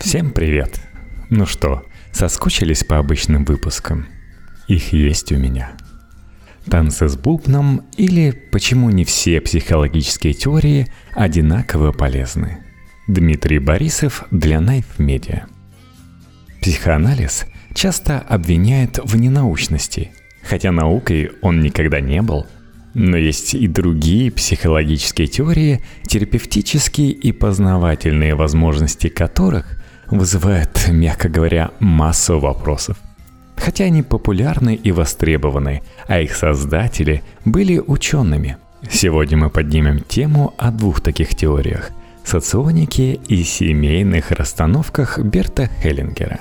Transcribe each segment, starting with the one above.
Всем привет! Ну что, соскучились по обычным выпускам? Их есть у меня. Танцы с бубном или почему не все психологические теории одинаково полезны? Дмитрий Борисов для Knife Media. Психоанализ часто обвиняют в ненаучности, хотя наукой он никогда не был. Но есть и другие психологические теории, терапевтические и познавательные возможности которых вызывают, мягко говоря, массу вопросов. Хотя они популярны и востребованы, а их создатели были учеными. Сегодня мы поднимем тему о двух таких теориях – соционике и семейных расстановках Берта Хеллингера.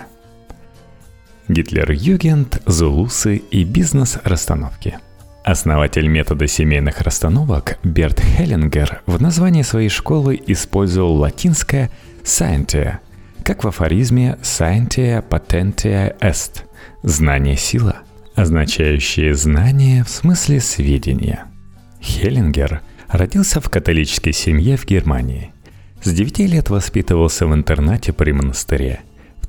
Гитлер-Югенд, Зулусы и бизнес-расстановки. Основатель метода семейных расстановок Берт Хеллингер в названии своей школы использовал латинское «scientia», как в афоризме «scientia potentia est» – «знание – сила», означающее «знание» в смысле «сведения». Хеллингер родился в католической семье в Германии. С 9 лет воспитывался в интернате при монастыре. В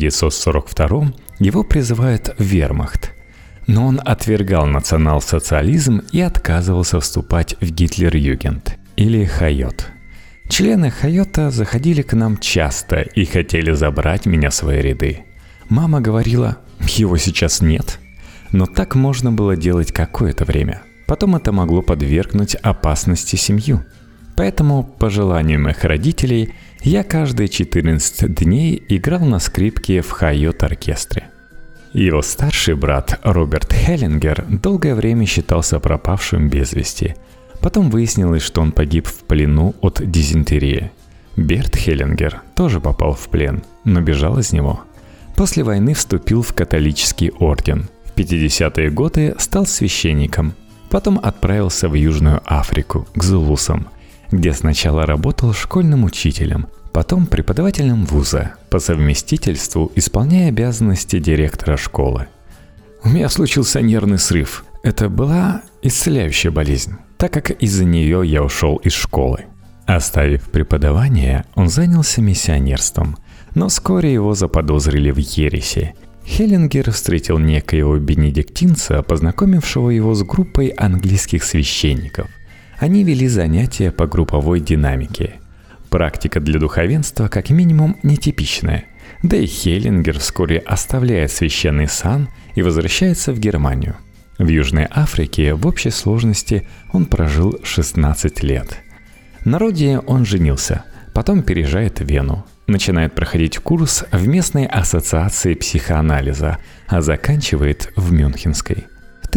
1942 его призывают в вермахт. Но он отвергал национал-социализм и отказывался вступать в Гитлер-Югенд, или Хайот. Члены Хайота заходили к нам часто и хотели забрать меня в свои ряды. Мама говорила, его сейчас нет. Но так можно было делать какое-то время. Потом это могло подвергнуть опасности семью. Поэтому, по желанию моих родителей, я каждые 14 дней играл на скрипке в Хайот-оркестре. Его старший брат Роберт Хеллингер долгое время считался пропавшим без вести. Потом выяснилось, что он погиб в плену от дизентерии. Берт Хеллингер тоже попал в плен, но бежал из него. После войны вступил в католический орден. В 50-е годы стал священником. Потом отправился в Южную Африку, к зулусам, где сначала работал школьным учителем, потом преподавателем вуза, по совместительству исполняя обязанности директора школы. У меня случился нервный срыв. Это была исцеляющая болезнь, так как из-за нее я ушел из школы. Оставив преподавание, он занялся миссионерством, но вскоре его заподозрили в ереси. Хеллингер встретил некоего бенедиктинца, познакомившего его с группой английских священников. Они вели занятия по групповой динамике. Практика для духовенства как минимум нетипичная. Да и Хеллингер вскоре оставляет священный сан и возвращается в Германию. В Южной Африке в общей сложности он прожил 16 лет. На родине он женился, потом переезжает в Вену, начинает проходить курс в местной ассоциации психоанализа, а заканчивает в Мюнхенской. В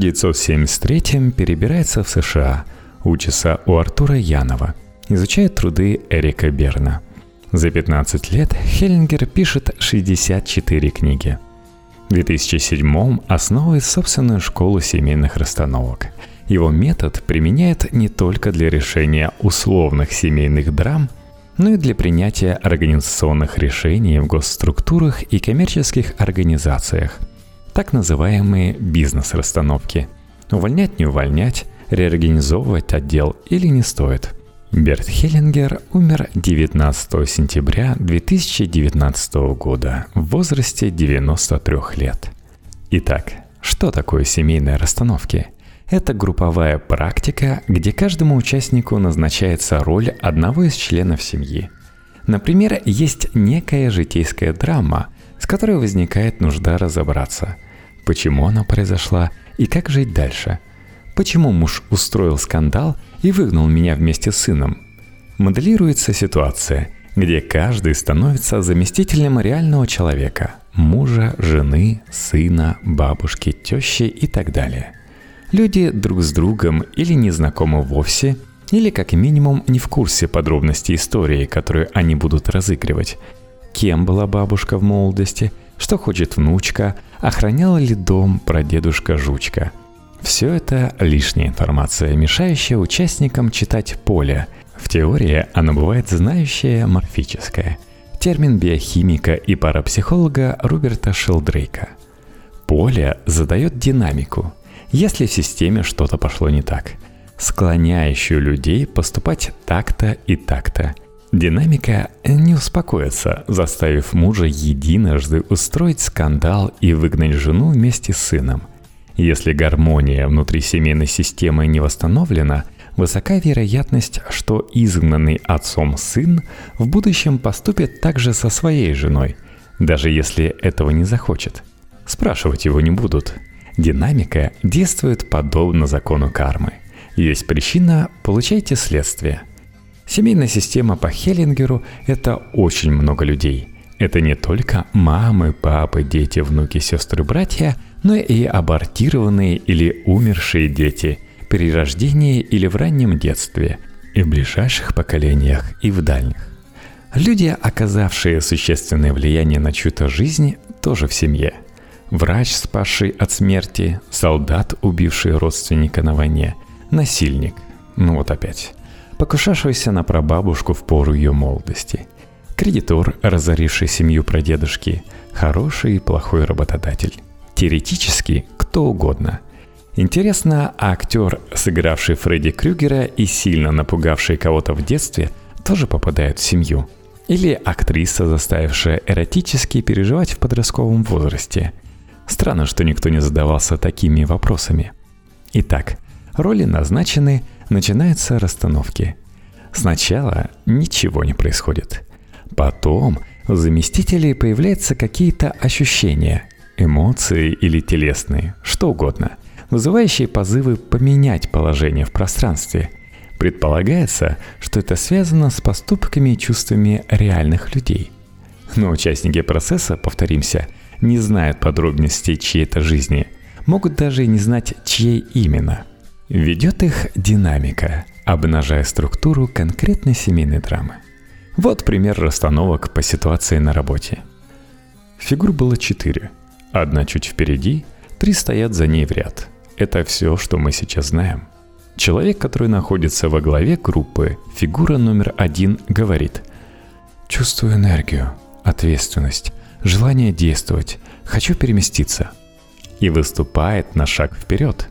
1973 перебирается в США, учится у Артура Янова, изучает труды Эрика Берна. За 15 лет Хеллингер пишет 64 книги. В 2007 основывает собственную школу семейных расстановок. Его метод применяет не только для решения условных семейных драм, но и для принятия организационных решений в госструктурах и коммерческих организациях. Так называемые бизнес-расстановки. Увольнять не увольнять, реорганизовывать отдел или не стоит. Берт Хеллингер умер 19 сентября 2019 года в возрасте 93 лет. Итак, что такое семейные расстановки? Это групповая практика, где каждому участнику назначается роль одного из членов семьи. Например, есть некая житейская драма, с которой возникает нужда разобраться, почему она произошла и как жить дальше. Почему муж устроил скандал и выгнал меня вместе с сыном? Моделируется ситуация, где каждый становится заместителем реального человека – мужа, жены, сына, бабушки, тещи и так далее. Люди друг с другом или не знакомы вовсе, или как минимум не в курсе подробностей истории, которую они будут разыгрывать. Кем была бабушка в молодости, что хочет внучка, охраняла ли дом прадедушка-жучка. Все это лишняя информация, мешающая участникам читать поле. В теории оно бывает знающее морфическое. Термин биохимика и парапсихолога Роберта Шелдрейка. Поле задает динамику, если в системе что-то пошло не так, склоняющую людей поступать так-то и так-то. Динамика не успокоится, заставив мужа единожды устроить скандал и выгнать жену вместе с сыном. Если гармония внутри семейной системы не восстановлена, высока вероятность, что изгнанный отцом сын в будущем поступит так же со своей женой, даже если этого не захочет. Спрашивать его не будут. Динамика действует подобно закону кармы. Есть причина – получайте следствие. Семейная система по Хеллингеру – это очень много людей. Это не только мамы, папы, дети, внуки, сестры, братья, но и абортированные или умершие дети, при рождении или в раннем детстве, и в ближайших поколениях, и в дальних. Люди, оказавшие существенное влияние на чью-то жизнь, тоже в семье. Врач, спасший от смерти, солдат, убивший родственника на войне, насильник, вот опять, покушавшийся на прабабушку в пору ее молодости, кредитор, разоривший семью прадедушки, хороший и плохой работодатель. Теоретически кто угодно. Интересно, актер, сыгравший Фредди Крюгера и сильно напугавший кого-то в детстве, тоже попадает в семью? Или актриса, заставившая эротически переживать в подростковом возрасте? Странно, что никто не задавался такими вопросами. Итак, роли назначены, начинаются расстановки. Сначала ничего не происходит. Потом у заместителей появляются какие-то ощущения, эмоции или телесные, что угодно, вызывающие позывы поменять положение в пространстве. Предполагается, что это связано с поступками и чувствами реальных людей. Но участники процесса, повторимся, не знают подробностей чьей-то жизни, могут даже и не знать, чьей именно. Ведет их динамика, обнажая структуру конкретной семейной драмы. Вот пример расстановок по ситуации на работе. Фигур было 4. Одна чуть впереди, 3 стоят за ней в ряд. Это все, что мы сейчас знаем. Человек, который находится во главе группы, фигура номер 1, говорит: «Чувствую энергию, ответственность, желание действовать, хочу переместиться». И выступает на шаг вперед.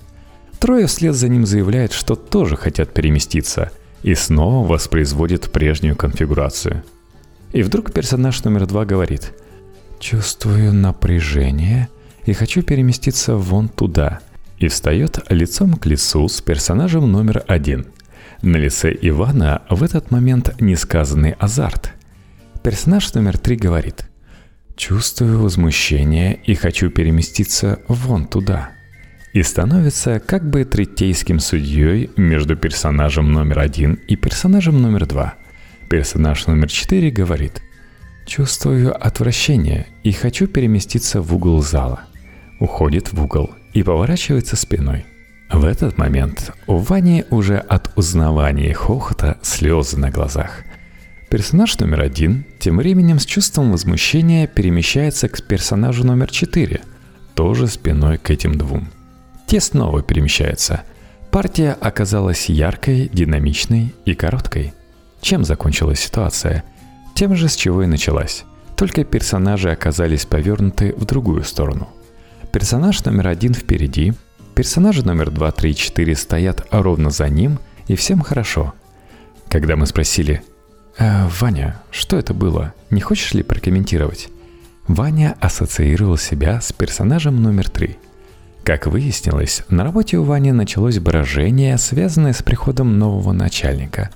3 вслед за ним заявляют, что тоже хотят переместиться, и снова воспроизводит прежнюю конфигурацию. И вдруг персонаж номер 2 говорит: «Чувствую напряжение и хочу переместиться вон туда», и встает лицом к лицу с персонажем номер 1. На лице Ивана в этот момент несказанный азарт. Персонаж номер 3 говорит: «Чувствую возмущение и хочу переместиться вон туда». И становится как бы третейским судьей между персонажем номер 1 и персонажем номер 2. Персонаж номер 4 говорит: «Чувствую отвращение и хочу переместиться в угол зала». Уходит в угол и поворачивается спиной. В этот момент у Вани уже от узнавания и хохота слезы на глазах. Персонаж номер 1 тем временем с чувством возмущения перемещается к персонажу номер 4, тоже спиной к этим двум. Те снова перемещаются. Партия оказалась яркой, динамичной и короткой. Чем закончилась ситуация? Тем же, с чего и началась. Только персонажи оказались повернуты в другую сторону. Персонаж номер 1 впереди, персонажи номер 2, 3 и 4 стоят ровно за ним, и всем хорошо. Когда мы спросили: «Ваня, что это было? Не хочешь ли прокомментировать?» Ваня ассоциировал себя с персонажем номер 3. Как выяснилось, на работе у Вани началось брожение, связанное с приходом нового начальника.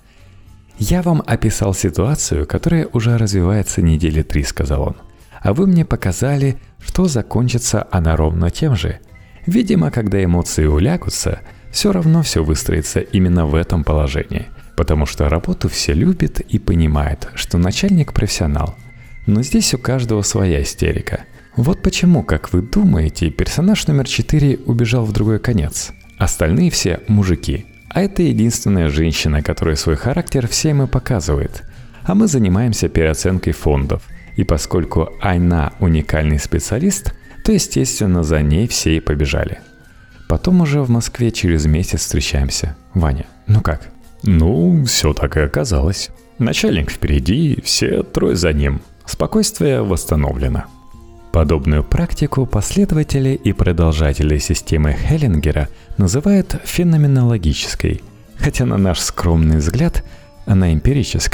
«Я вам описал ситуацию, которая уже развивается недели 3, — сказал он. А вы мне показали, что закончится она ровно тем же. Видимо, когда эмоции улягутся, все равно все выстроится именно в этом положении, потому что работу все любят и понимают, что начальник профессионал. Но здесь у каждого своя истерика. Вот почему, как вы думаете, персонаж номер 4 убежал в другой конец. Остальные все мужики. А это единственная женщина, которая свой характер всем и показывает. А мы занимаемся переоценкой фондов. И поскольку она уникальный специалист, то, естественно, за ней все и побежали. Потом уже в Москве через месяц встречаемся. Ваня, ну как? Ну, все так и оказалось. Начальник впереди, все 3 за ним. Спокойствие восстановлено. Подобную практику последователи и продолжатели системы Хеллингера называют феноменологической, хотя на наш скромный взгляд она эмпирическая.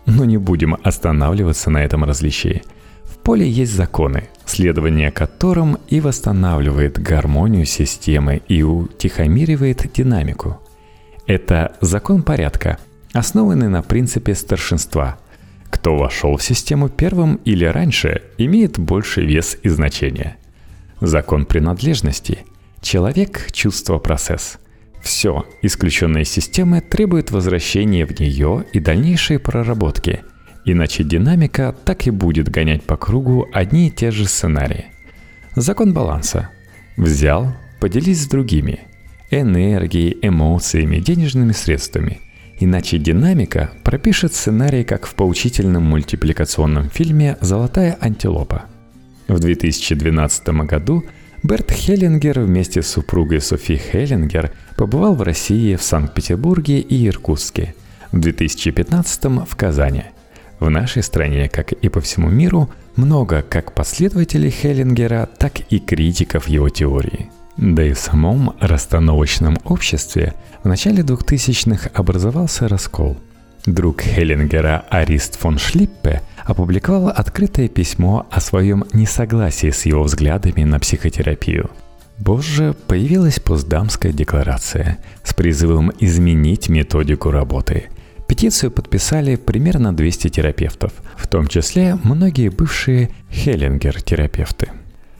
но не будем останавливаться на этом различии. В поле есть законы, следование которым и восстанавливает гармонию системы и утихомиривает динамику. Это закон порядка, основанный на принципе старшинства. Кто вошел в систему первым или раньше, имеет больший вес и значение. Закон принадлежности. Человек – чувство, процесс. Все, исключенное из системы, требует возвращения в нее и дальнейшей проработки. Иначе динамика так и будет гонять по кругу одни и те же сценарии. Закон баланса. Взял, поделись с другими. Энергией, эмоциями, денежными средствами. Иначе динамика пропишет сценарий, как в поучительном мультипликационном фильме «Золотая антилопа». В 2012 году Берт Хеллингер вместе с супругой Софи Хеллингер побывал в России, в Санкт-Петербурге и Иркутске, в 2015 в Казани. В нашей стране, как и по всему миру, много как последователей Хеллингера, так и критиков его теории. Да и в самом расстановочном обществе в начале 2000-х образовался раскол. Друг Хеллингера Арист фон Шлиппе опубликовал открытое письмо о своем несогласии с его взглядами на психотерапию. Позже появилась Потсдамская декларация с призывом изменить методику работы. Петицию подписали примерно 200 терапевтов, в том числе многие бывшие Хеллингер-терапевты.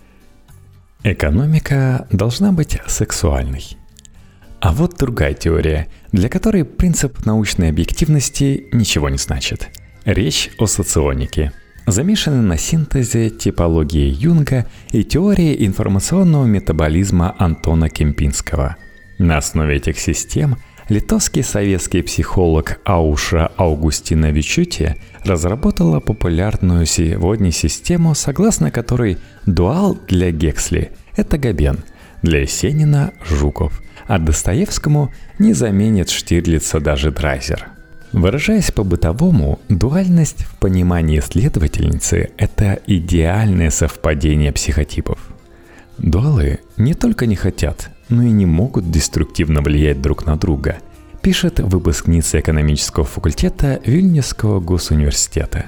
Экономика должна быть сексуальной. А вот другая теория, для которой принцип научной объективности ничего не значит. Речь о соционике, замешанной на синтезе типологии Юнга и теории информационного метаболизма Антона Кемпинского. На основе этих систем литовский советский психолог Ауша Аугустина-Вичути разработала популярную сегодня систему, согласно которой дуал для Гексли – это Габен, для Есенина – Жуков, а Достоевскому не заменит Штирлица даже Драйзер. Выражаясь по-бытовому, дуальность в понимании исследовательницы – это идеальное совпадение психотипов. Дуалы не только не хотят, но и не могут деструктивно влиять друг на друга, пишет выпускница экономического факультета Вильнюсского госуниверситета.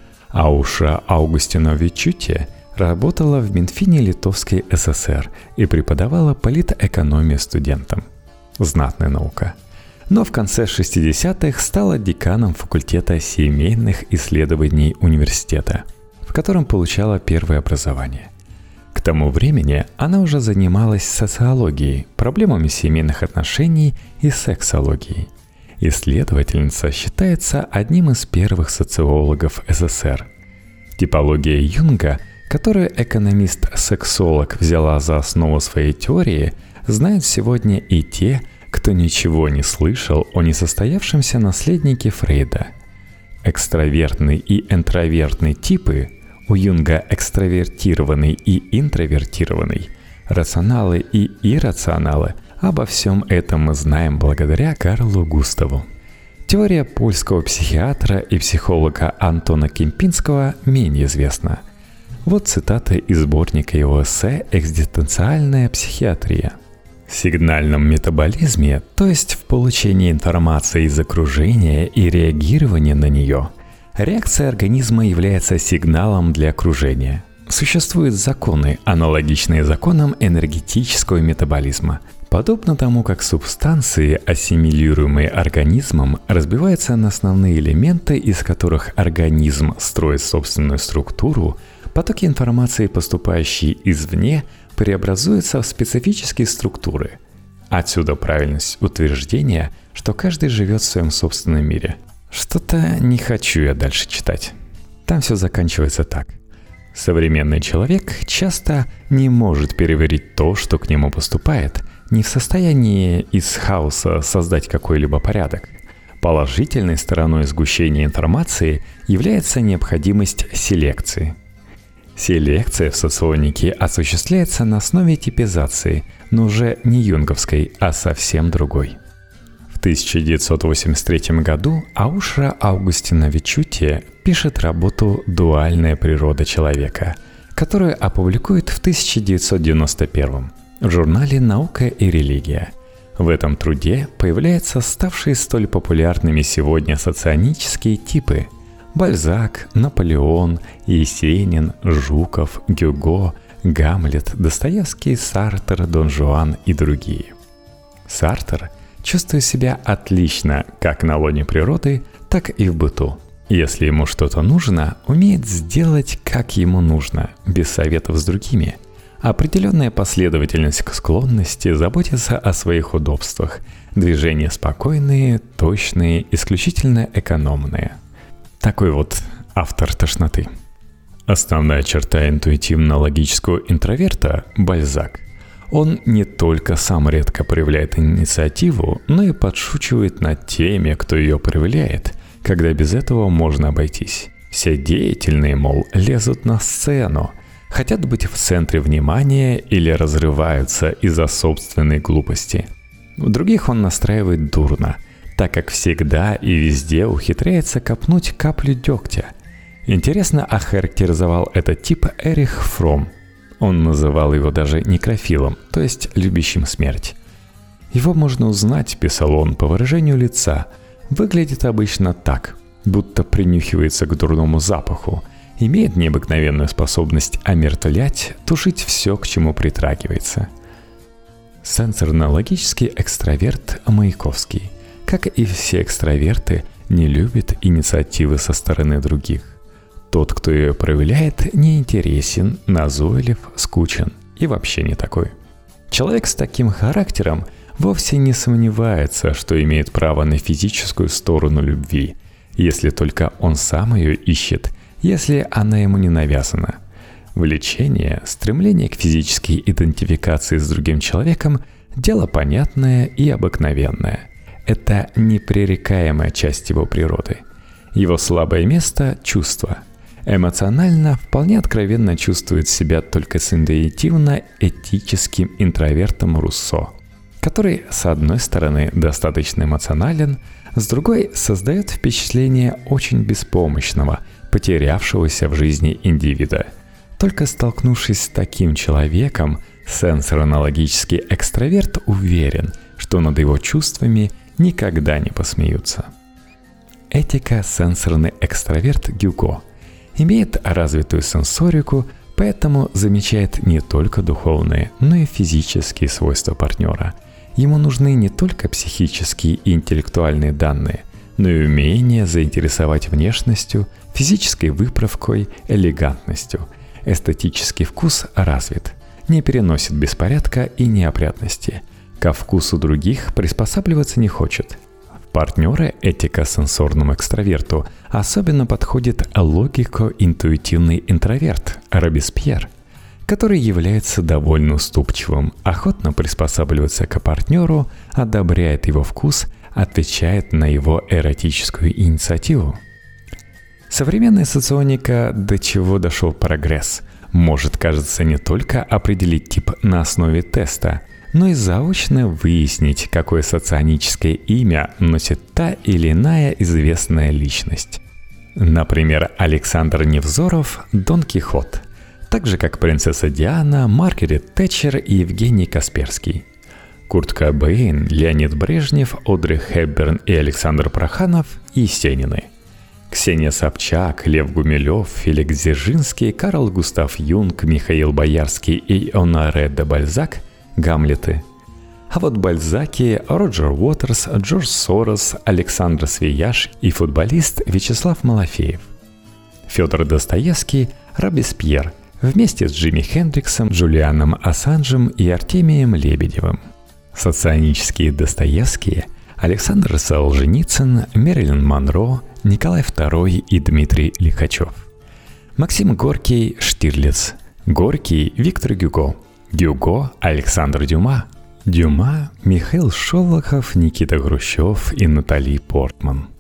Ауша Аугустина-Вичути работала в Минфине Литовской ССР и преподавала политэкономию студентам. Знатная наука. Но в конце 60-х стала деканом факультета семейных исследований университета, в котором получала первое образование. К тому времени она уже занималась социологией, проблемами семейных отношений и сексологией. Исследовательница считается одним из первых социологов СССР. Типология Юнга, которую экономист-сексолог взяла за основу своей теории, знают сегодня и те, кто ничего не слышал о несостоявшемся наследнике Фрейда. Экстравертный и интровертный типы, у Юнга экстравертированный и интровертированный, рационалы и иррационалы, обо всем этом мы знаем благодаря Карлу Густаву. Теория польского психиатра и психолога Антона Кемпинского менее известна. Вот цитаты из сборника его эссе «Экзистенциальная психиатрия». В сигнальном метаболизме, то есть в получении информации из окружения и реагировании на нее, реакция организма является сигналом для окружения. Существуют законы, аналогичные законам энергетического метаболизма. Подобно тому, как субстанции, ассимилируемые организмом, разбиваются на основные элементы, из которых организм строит собственную структуру, потоки информации, поступающие извне, преобразуются в специфические структуры. Отсюда правильность утверждения, что каждый живет в своем собственном мире. Что-то не хочу я дальше читать. Там все заканчивается так. Современный человек часто не может переварить то, что к нему поступает, не в состоянии из хаоса создать какой-либо порядок. Положительной стороной сгущения информации является необходимость селекции. Селекция в соционике осуществляется на основе типизации, но уже не юнговской, а совсем другой. В 1983 году Ауша Аугустина-Вичути пишет работу «Дуальная природа человека», которую опубликует в 1991 в журнале «Наука и религия». В этом труде появляются ставшие столь популярными сегодня соционические типы, Бальзак, Наполеон, Есенин, Жуков, Гюго, Гамлет, Достоевский, Сартр, Дон Жуан и другие. Сартр чувствует себя отлично как на лоне природы, так и в быту. Если ему что-то нужно, умеет сделать, как ему нужно, без советов с другими. Определенная последовательность к склонности заботиться о своих удобствах. Движения спокойные, точные, исключительно экономные. Такой вот автор «Тошноты». Основная черта интуитивно-логического интроверта – Бальзак. Он не только сам редко проявляет инициативу, но и подшучивает над теми, кто ее проявляет, когда без этого можно обойтись. Все деятельные, мол, лезут на сцену, хотят быть в центре внимания или разрываются из-за собственной глупости. Других он настраивает дурно, так как всегда и везде ухитряется копнуть каплю дегтя. Интересно охарактеризовал этот тип Эрих Фромм. Он называл его даже некрофилом, то есть любящим смерть. Его можно узнать, писал он, по выражению лица. Выглядит обычно так, будто принюхивается к дурному запаху, имеет необыкновенную способность омертвлять, тушить все, к чему притрагивается. Сенсорно-логический экстраверт Маяковский, как и все экстраверты, не любит инициативы со стороны других. Тот, кто ее проявляет, неинтересен, назойлив, скучен и вообще не такой. Человек с таким характером вовсе не сомневается, что имеет право на физическую сторону любви, если только он сам ее ищет, если она ему не навязана. Влечение, стремление к физической идентификации с другим человеком – дело понятное и обыкновенное. Это непререкаемая часть его природы. Его слабое место – чувство. Эмоционально вполне откровенно чувствует себя только с интуитивно-этическим интровертом Руссо, который, с одной стороны, достаточно эмоционален, с другой создает впечатление очень беспомощного, потерявшегося в жизни индивида. Только столкнувшись с таким человеком, сенсорно-логический экстраверт уверен, что над его чувствами никогда не посмеются. Этико-сенсорный экстраверт Гюго имеет развитую сенсорику, поэтому замечает не только духовные, но и физические свойства партнера. Ему нужны не только психические и интеллектуальные данные, но и умение заинтересовать внешностью, физической выправкой, элегантностью. Эстетический вкус развит, не переносит беспорядка и неопрятности. Ко вкусу других приспосабливаться не хочет. В партнеры этико-сенсорному экстраверту особенно подходит логико-интуитивный интроверт Робеспьер, который является довольно уступчивым, охотно приспосабливается к партнеру, одобряет его вкус, отвечает на его эротическую инициативу. Современная соционика, до чего дошел прогресс, может, кажется, не только определить тип на основе теста, но и заочно выяснить, какое соционическое имя носит та или иная известная личность. Например, Александр Невзоров – Дон Кихот, так же как принцесса Диана, Маргарет Тэтчер и Евгений Касперский. Курт Кобейн, Леонид Брежнев, Одри Хепберн и Александр Проханов – Есенины. Ксения Собчак, Лев Гумилев, Феликс Дзержинский, Карл Густав Юнг, Михаил Боярский и Оноре де Бальзак – Гамлеты. А вот Бальзаки – Роджер Уотерс, Джордж Сорос, Александр Свияж и футболист Вячеслав Малафеев. Федор Достоевский – Робеспьер, вместе с Джимми Хендриксом, Джулианом Ассанжем и Артемием Лебедевым. Соционические Достоевские – Александр Солженицын, Мэрилин Монро, Николай II и Дмитрий Лихачев. Максим Горький – Штирлиц, Горький – Виктор Гюго, Гюго – Александр Дюма, Дюма – Михаил Шолохов, Никита Хрущев и Натали Портман.